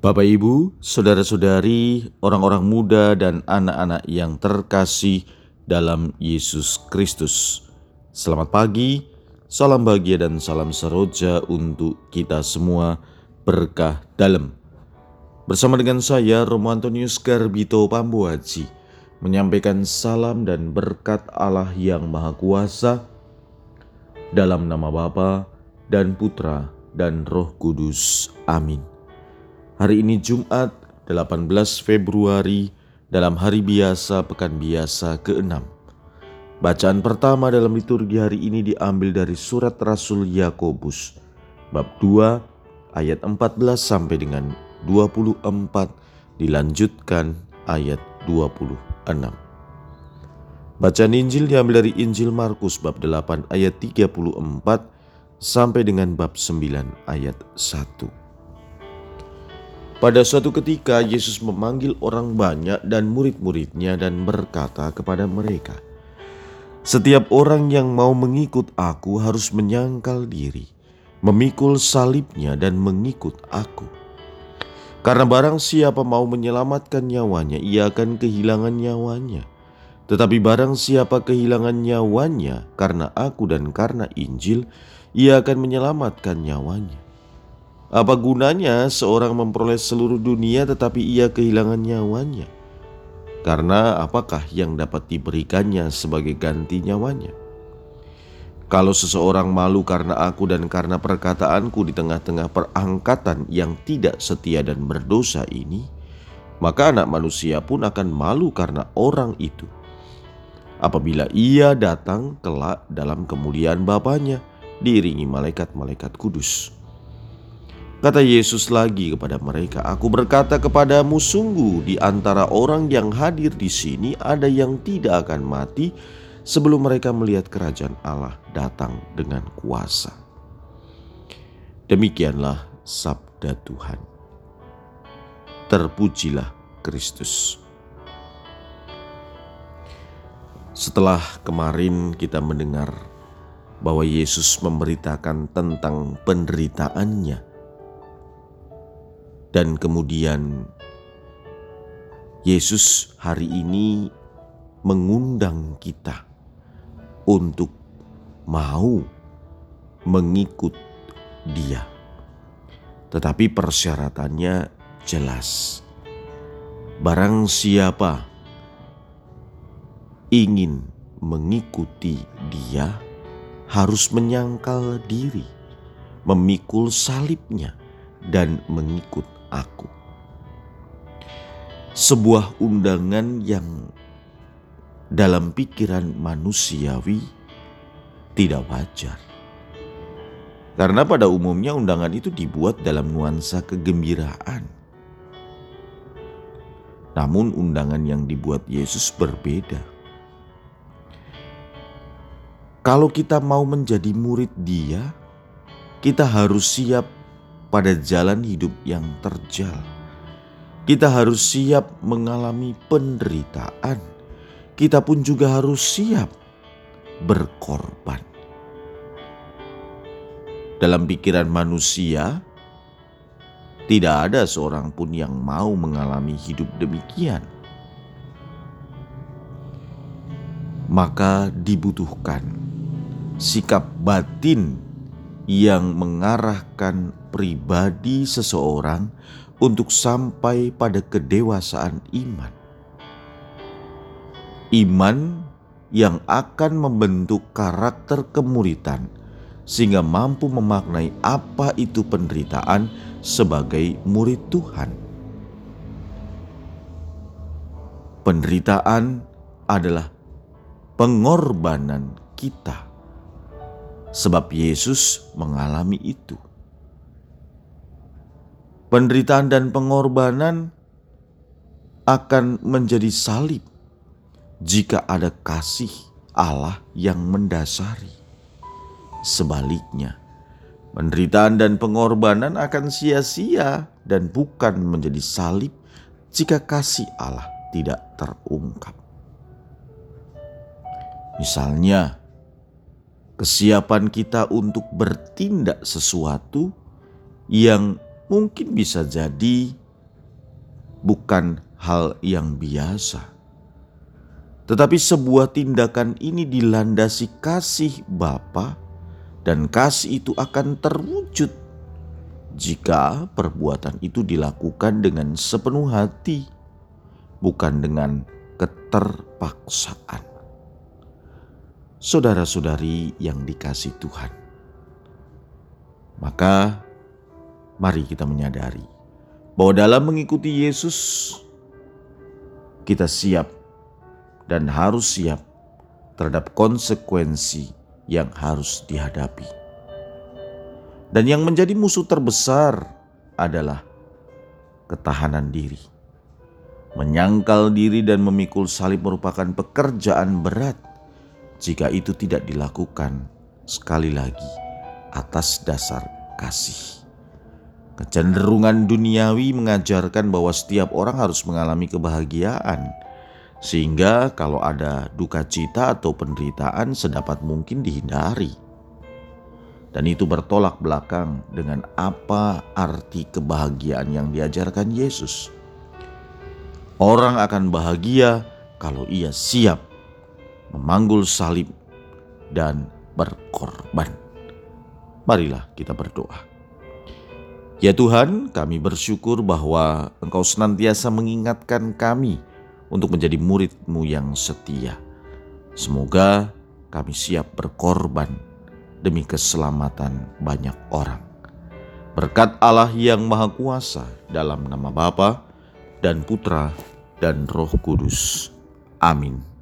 Bapak Ibu, saudara-saudari, orang-orang muda dan anak-anak yang terkasih dalam Yesus Kristus. Selamat pagi, salam bahagia dan salam seroja untuk kita semua, berkah dalam. Bersama dengan saya, Romo Antonius Garbito Pambuaji, menyampaikan salam dan berkat Allah yang Maha Kuasa dalam nama Bapa dan Putra dan Roh Kudus. Amin. Hari ini Jumat 18 Februari dalam hari biasa pekan biasa ke-6. Bacaan pertama dalam liturgi hari ini diambil dari surat Rasul Yakobus bab 2 ayat 14 sampai dengan 24, dilanjutkan ayat 26. Bacaan Injil diambil dari Injil Markus bab 8 ayat 34 sampai dengan bab 9 ayat 1. Pada suatu ketika Yesus memanggil orang banyak dan murid-muridnya dan berkata kepada mereka, "Setiap orang yang mau mengikut aku harus menyangkal diri, memikul salibnya dan mengikut aku. Karena barang siapa mau menyelamatkan nyawanya, ia akan kehilangan nyawanya. Tetapi barang siapa kehilangan nyawanya karena aku dan karena Injil, ia akan menyelamatkan nyawanya. Apa gunanya seorang memperoleh seluruh dunia tetapi ia kehilangan nyawanya? Karena apakah yang dapat diberikannya sebagai ganti nyawanya? Kalau seseorang malu karena aku dan karena perkataanku di tengah-tengah perangkatan yang tidak setia dan berdosa ini, maka Anak Manusia pun akan malu karena orang itu, apabila ia datang kelak dalam kemuliaan Bapanya, diiringi malaikat-malaikat kudus." Kata Yesus lagi kepada mereka, "Aku berkata kepadamu, sungguh di antara orang yang hadir di sini ada yang tidak akan mati sebelum mereka melihat kerajaan Allah datang dengan kuasa." Demikianlah sabda Tuhan. Terpujilah Kristus. Setelah kemarin kita mendengar bahwa Yesus memberitakan tentang penderitaannya, dan kemudian Yesus hari ini mengundang kita untuk mau mengikut Dia. Tetapi persyaratannya jelas. Barang siapa ingin mengikuti Dia harus menyangkal diri, memikul salibnya dan mengikut aku. Sebuah undangan yang dalam pikiran manusiawi tidak wajar. Karena pada umumnya undangan itu dibuat dalam nuansa kegembiraan. Namun undangan yang dibuat Yesus berbeda. Kalau kita mau menjadi murid Dia, kita harus siap pada jalan hidup yang terjal. Kita harus siap mengalami penderitaan. Kita pun juga harus siap berkorban. Dalam pikiran manusia, tidak ada seorang pun yang mau mengalami hidup demikian. Maka dibutuhkan sikap batin yang mengarahkan pribadi seseorang untuk sampai pada kedewasaan iman. Iman yang akan membentuk karakter kemuritan sehingga mampu memaknai apa itu penderitaan sebagai murid Tuhan. Penderitaan adalah pengorbanan kita. Sebab Yesus mengalami itu. Penderitaan dan pengorbanan akan menjadi salib jika ada kasih Allah yang mendasari. Sebaliknya, penderitaan dan pengorbanan akan sia-sia dan bukan menjadi salib jika kasih Allah tidak terungkap. Misalnya, kesiapan kita untuk bertindak sesuatu yang mungkin bisa jadi bukan hal yang biasa. Tetapi sebuah tindakan ini dilandasi kasih Bapa, dan kasih itu akan terwujud jika perbuatan itu dilakukan dengan sepenuh hati, bukan dengan keterpaksaan. Saudara-saudari yang dikasihi Tuhan, maka mari kita menyadari bahwa dalam mengikuti Yesus, kita siap dan harus siap terhadap konsekuensi yang harus dihadapi. Dan yang menjadi musuh terbesar adalah ketahanan diri. Menyangkal diri dan memikul salib merupakan pekerjaan berat jika itu tidak dilakukan sekali lagi atas dasar kasih. Kecenderungan duniawi mengajarkan bahwa setiap orang harus mengalami kebahagiaan, sehingga kalau ada duka cita atau penderitaan sedapat mungkin dihindari. Dan itu bertolak belakang dengan apa arti kebahagiaan yang diajarkan Yesus. Orang akan bahagia kalau ia siap memanggul salib dan berkorban. Marilah kita berdoa. Ya Tuhan, kami bersyukur bahwa Engkau senantiasa mengingatkan kami untuk menjadi murid-Mu yang setia. Semoga kami siap berkorban demi keselamatan banyak orang. Berkat Allah yang Maha Kuasa, dalam nama Bapa dan Putra dan Roh Kudus. Amin.